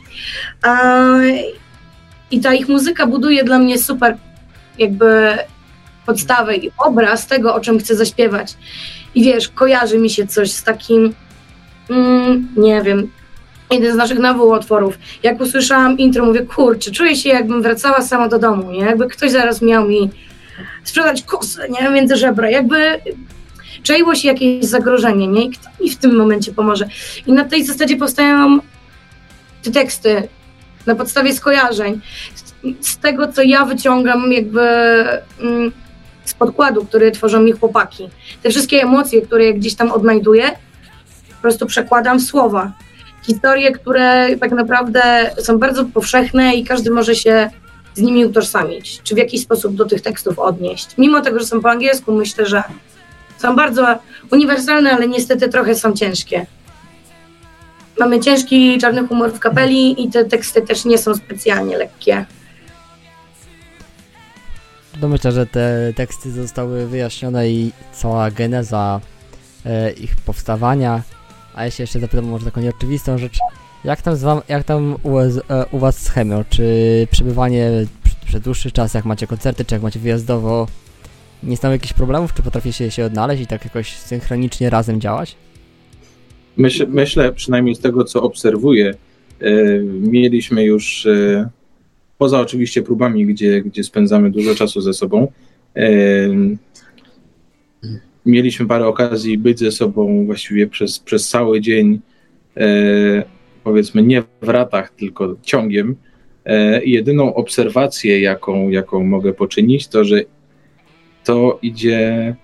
I ta ich muzyka buduje dla mnie super jakby podstawę i obraz tego, o czym chcę zaśpiewać. I wiesz, kojarzy mi się coś z takim, nie wiem, jeden z naszych utworów. Jak usłyszałam intro, mówię, kurczę, czuję się jakbym wracała sama do domu, nie? Jakby ktoś zaraz miał mi sprzedać kosę, nie? Między żebra. Jakby czaiło się jakieś zagrożenie, nie? I kto mi w tym momencie pomoże? I na tej zasadzie powstają te teksty na podstawie skojarzeń. Z tego, co ja wyciągam jakby z podkładu, który tworzą mi chłopaki. Te wszystkie emocje, które gdzieś tam odnajduję, po prostu przekładam w słowa. Historie, które tak naprawdę są bardzo powszechne i każdy może się z nimi utożsamić, czy w jakiś sposób do tych tekstów odnieść. Mimo tego, że są po angielsku, myślę, że są bardzo uniwersalne, ale niestety trochę są ciężkie. Mamy ciężki czarny humor w kapeli i te teksty też nie są specjalnie lekkie. No myślę, że te teksty zostały wyjaśnione i cała geneza ich powstawania. A jeśli jeszcze zapytam może taką nieoczywistą rzecz, jak tam u was z chemią? Czy przebywanie przez dłuższy czas, jak macie koncerty, czy jak macie wyjazdowo, nie stało jakichś problemów? Czy potraficie się odnaleźć i tak jakoś synchronicznie razem działać? Myślę, przynajmniej z tego, co obserwuję, mieliśmy już, poza oczywiście próbami, gdzie spędzamy dużo czasu ze sobą, mieliśmy parę okazji być ze sobą właściwie przez cały dzień, powiedzmy nie w ratach, tylko ciągiem. Jedyną obserwację, jaką mogę poczynić, to, że to idzie...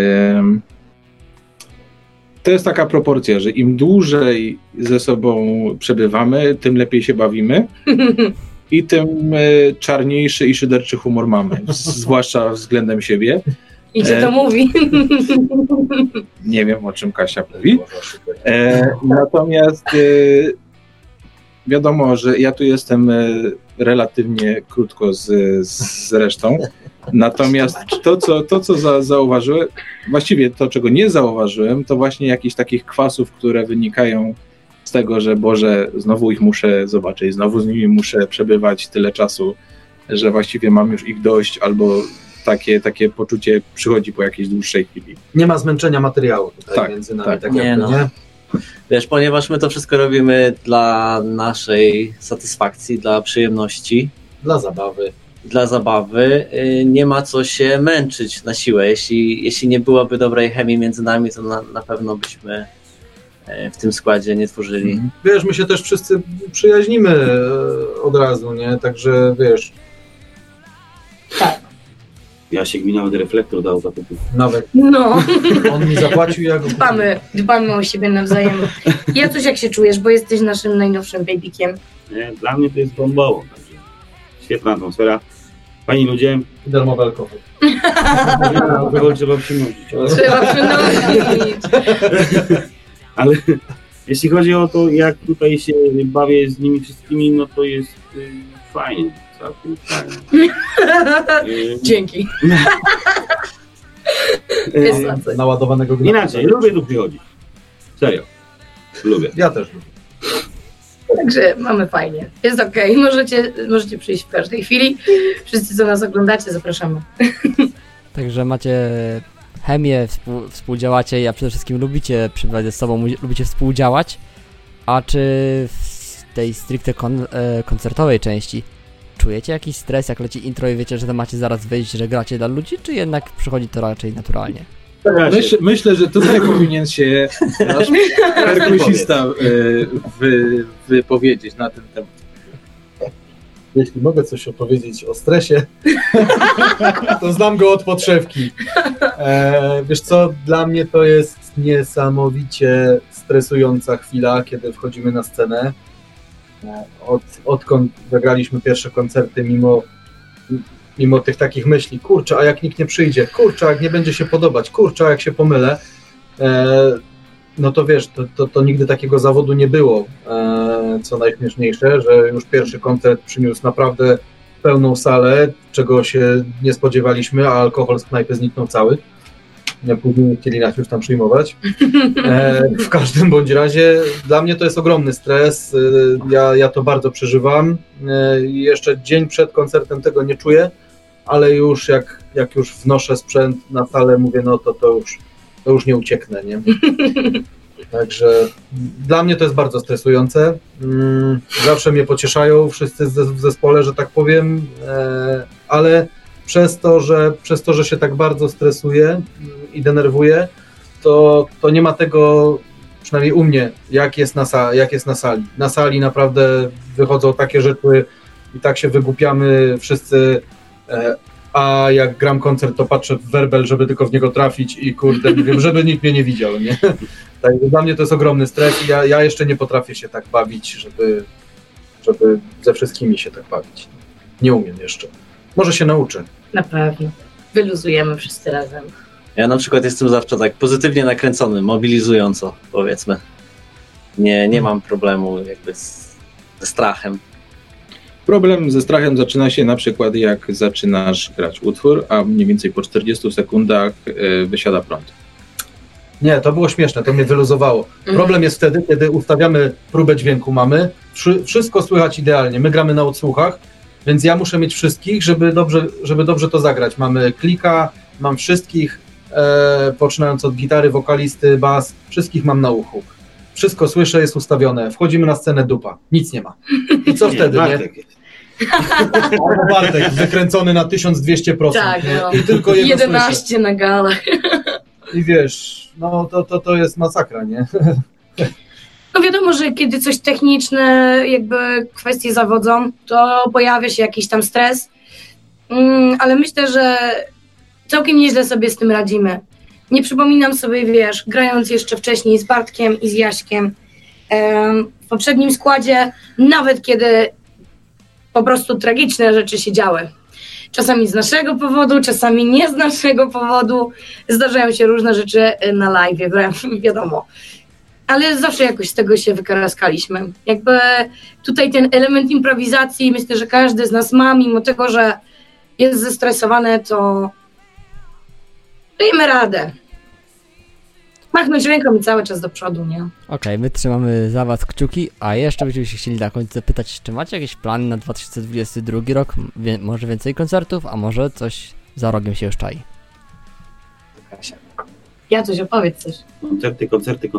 To jest taka proporcja, że im dłużej ze sobą przebywamy, tym lepiej się bawimy i tym czarniejszy i szyderczy humor mamy, zwłaszcza względem siebie. I cię to mówi. Nie wiem, o czym Kasia mówi. Natomiast wiadomo, że ja tu jestem relatywnie krótko z resztą. Natomiast to co zauważyłem, właściwie to, czego nie zauważyłem, to właśnie jakichś takich kwasów, które wynikają z tego, że Boże, znowu ich muszę zobaczyć, znowu z nimi muszę przebywać tyle czasu, że właściwie mam już ich dość, albo takie poczucie przychodzi po jakiejś dłuższej chwili. Nie ma zmęczenia materiału tutaj między nami. Tak nie, jakby, no. Nie? Wiesz, ponieważ my to wszystko robimy dla naszej satysfakcji, dla przyjemności, Dla zabawy. nie ma co się męczyć na siłę. Jeśli nie byłoby dobrej chemii między nami, to na pewno byśmy w tym składzie nie tworzyli. Wiesz, my się też wszyscy przyjaźnimy od razu, nie? Także wiesz... Jasiek mi nawet reflektor dał za to. Nawet. No, On mi zapłacił, ja go dbamy o siebie nawzajem. Jacuś, jak się czujesz, bo jesteś naszym najnowszym babykiem. Nie, dla mnie to jest bombowo. Także świetna atmosfera. Fajni ludzie. darmowy alkohol. Alkohol trzeba przynosić. Trzeba przynosić. Ale jeśli chodzi o to, jak tutaj się bawię z nimi wszystkimi, no to jest fajnie. Całkiem fajnie. Dzięki. Naładowanego gnoju. Inaczej, lubię tu przychodzić. Serio. Lubię. Ja też lubię. Także mamy fajnie. Jest okej. Możecie przyjść w każdej chwili. Wszyscy, co nas oglądacie, zapraszamy. Także macie chemię, współdziałacie, a przede wszystkim lubicie przebywać ze sobą, lubicie współdziałać. A czy w tej stricte koncertowej części czujecie jakiś stres, jak leci intro i wiecie, że to macie zaraz wyjść, że gracie dla ludzi, czy jednak przychodzi to raczej naturalnie? Myślę, że tutaj powinien się nasz perkusista wypowiedzieć na ten temat. Jeśli mogę coś opowiedzieć o stresie, to znam go od podszewki. Wiesz co, dla mnie to jest niesamowicie stresująca chwila, kiedy wchodzimy na scenę. Odkąd zagraliśmy pierwsze koncerty, mimo tych takich myśli, kurczę, a jak nikt nie przyjdzie, kurczę, a jak nie będzie się podobać, kurczę, a jak się pomylę, no to wiesz, to nigdy takiego zawodu nie było, co najśmieszniejsze, że już pierwszy koncert przyniósł naprawdę pełną salę, czego się nie spodziewaliśmy, a alkohol z knajpy zniknął cały. Później chcieli nas już tam przyjmować. W każdym bądź razie dla mnie to jest ogromny stres, ja to bardzo przeżywam. Jeszcze dzień przed koncertem tego nie czuję, ale już jak już wnoszę sprzęt na salę, mówię, no to już nie ucieknę, nie? Także dla mnie to jest bardzo stresujące. Zawsze mnie pocieszają wszyscy w zespole, że tak powiem, ale przez to, że się tak bardzo stresuję i denerwuję, to nie ma tego, przynajmniej u mnie, jak jest na sali. Na sali naprawdę wychodzą takie rzeczy i tak się wygłupiamy wszyscy, a jak gram koncert, to patrzę w werbel, żeby tylko w niego trafić i kurde, nie wiem, żeby nikt mnie nie widział, nie? Także dla mnie to jest ogromny stres i ja jeszcze nie potrafię się tak bawić, żeby ze wszystkimi się tak bawić. Nie umiem jeszcze. Może się nauczę. Na pewno. Wyluzujemy wszyscy razem. Ja na przykład jestem zawsze tak pozytywnie nakręcony, mobilizująco, powiedzmy. Nie mam problemu jakby ze strachem. Problem ze strachem zaczyna się na przykład jak zaczynasz grać utwór, a mniej więcej po 40 sekundach wysiada prąd. Nie, to było śmieszne, to mnie wyluzowało. Problem jest wtedy, kiedy ustawiamy próbę dźwięku, wszystko słychać idealnie, my gramy na odsłuchach, więc ja muszę mieć wszystkich, żeby dobrze to zagrać. Mamy klika, mam wszystkich, poczynając od gitary, wokalisty, bas, wszystkich mam na uchu. Wszystko słyszę, jest ustawione. Wchodzimy na scenę, dupa. Nic nie ma. I co wtedy, nie? Albo Bartek, wykręcony na 1200%. Tak, no. I tylko jego 11 słyszę. na galach. I wiesz, no to jest masakra, nie? No wiadomo, że kiedy coś techniczne, jakby kwestie zawodzą, to pojawia się jakiś tam stres, ale myślę, że całkiem nieźle sobie z tym radzimy. Nie przypominam sobie, wiesz, grając jeszcze wcześniej z Bartkiem i z Jaśkiem w poprzednim składzie, nawet kiedy po prostu tragiczne rzeczy się działy. Czasami z naszego powodu, czasami nie z naszego powodu. Zdarzają się różne rzeczy na live, wiadomo. Ale zawsze jakoś z tego się wykaraskaliśmy. Jakby tutaj ten element improwizacji, myślę, że każdy z nas ma, mimo tego, że jest zestresowany, to dajemy radę. Machnąć ręką i cały czas do przodu, nie? Okej, my trzymamy za was kciuki, a jeszcze byśmy się chcieli na końcu zapytać, czy macie jakieś plany na 2022 rok? Może więcej koncertów, a może coś za rogiem się już czai? Ja coś opowiedz coś. Koncerty.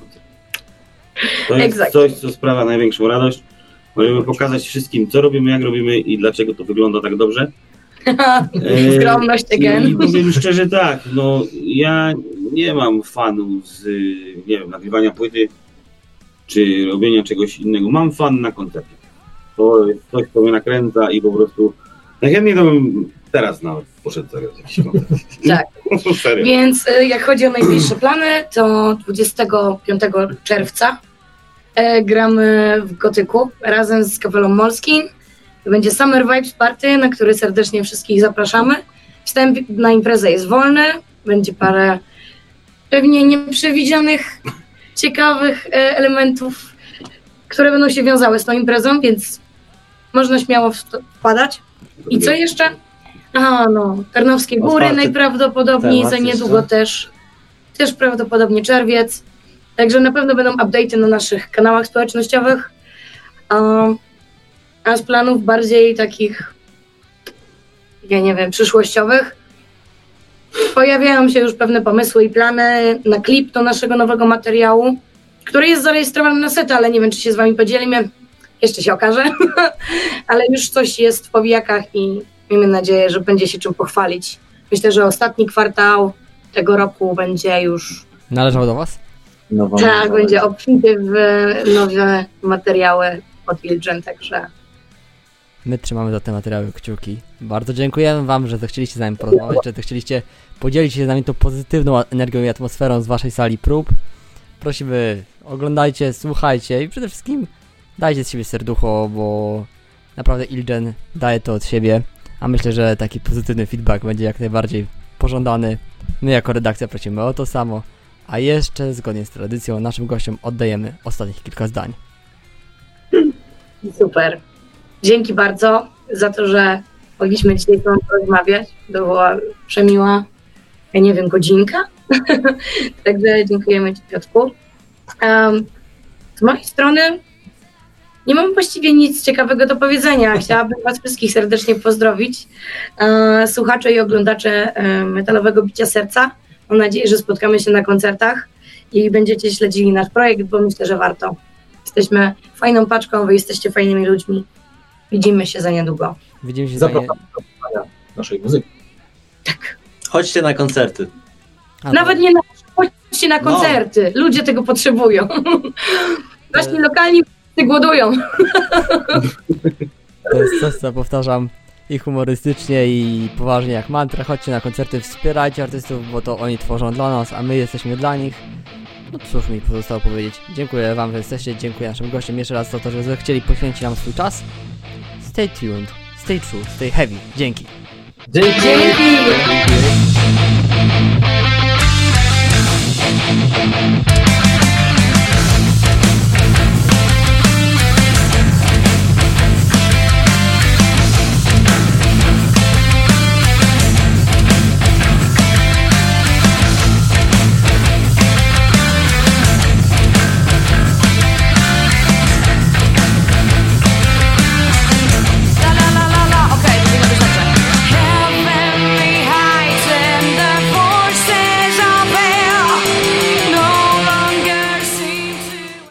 To jest coś, co sprawia największą radość. Możemy pokazać wszystkim, co robimy, jak robimy i dlaczego to wygląda tak dobrze. Skromność again. I powiem szczerze tak, no ja nie mam fanu z, nie wiem, nagrywania płyty czy robienia czegoś innego. Mam fan na koncercie. To jest coś, co mnie nakręca i po prostu najchętniej to bym Teraz nawet poszedł zagrać jakiś koncert. Tak. Serio. Więc jak chodzi o najbliższe plany, to 25 czerwca gramy w Gotyku razem z kapelą Molskin. Będzie Summer Vibes Party, na który serdecznie wszystkich zapraszamy. Wstęp na imprezę jest wolny, będzie parę pewnie nieprzewidzianych, ciekawych elementów, które będą się wiązały z tą imprezą, więc można śmiało wpadać. I co jeszcze? Aha, no, Tarnowskie Góry Otwarty najprawdopodobniej, temat za niedługo też prawdopodobnie czerwiec. Także na pewno będą update'y na naszych kanałach społecznościowych. A z planów bardziej takich, ja nie wiem, przyszłościowych, pojawiają się już pewne pomysły i plany na klip do naszego nowego materiału, który jest zarejestrowany na setę, ale nie wiem, czy się z wami podzielimy. Jeszcze się okaże. Ale już coś jest w powijakach i miejmy nadzieję, że będzie się czym pochwalić. Myślę, że ostatni kwartał tego roku będzie już... Należał do was? Tak, będzie obfity w nowe materiały od Ilgen, także... My trzymamy za te materiały kciuki. Bardzo dziękujemy wam, że zechcieliście z nami porozmawiać, że zechcieliście podzielić się z nami tą pozytywną energią i atmosferą z waszej sali prób. Prosimy, oglądajcie, słuchajcie i przede wszystkim dajcie z siebie serducho, bo naprawdę Ilgen daje to od siebie, a myślę, że taki pozytywny feedback będzie jak najbardziej pożądany. My jako redakcja prosimy o to samo, a jeszcze zgodnie z tradycją naszym gościom oddajemy ostatnich kilka zdań. Super. Dzięki bardzo za to, że mogliśmy dzisiaj z wami porozmawiać. To była przemiła, ja nie wiem, godzinka. Także dziękujemy ci, Piotrku. Z mojej strony nie mam właściwie nic ciekawego do powiedzenia. Chciałabym was wszystkich serdecznie pozdrowić. Słuchacze i oglądacze Metalowego Bicia Serca. Mam nadzieję, że spotkamy się na koncertach i będziecie śledzili nasz projekt, bo myślę, że warto. Jesteśmy fajną paczką, wy jesteście fajnymi ludźmi. Widzimy się za niedługo. Widzimy się za Zapraszam do słuchania naszej muzyki. Chodźcie na koncerty. Nawet nie na... Chodźcie na koncerty. Ludzie tego potrzebują. Właśnie lokalni głodują. To jest coś, co powtarzam i humorystycznie, i poważnie jak mantra. Chodźcie na koncerty, wspierajcie artystów, bo to oni tworzą dla nas, a my jesteśmy dla nich. No cóż mi pozostało powiedzieć. Dziękuję wam, że jesteście, dziękuję naszym gościom jeszcze raz za to, że zechcieli poświęcić nam swój czas. Stay tuned, stay true, stay heavy. Dzięki. Dzięki! Dzięki.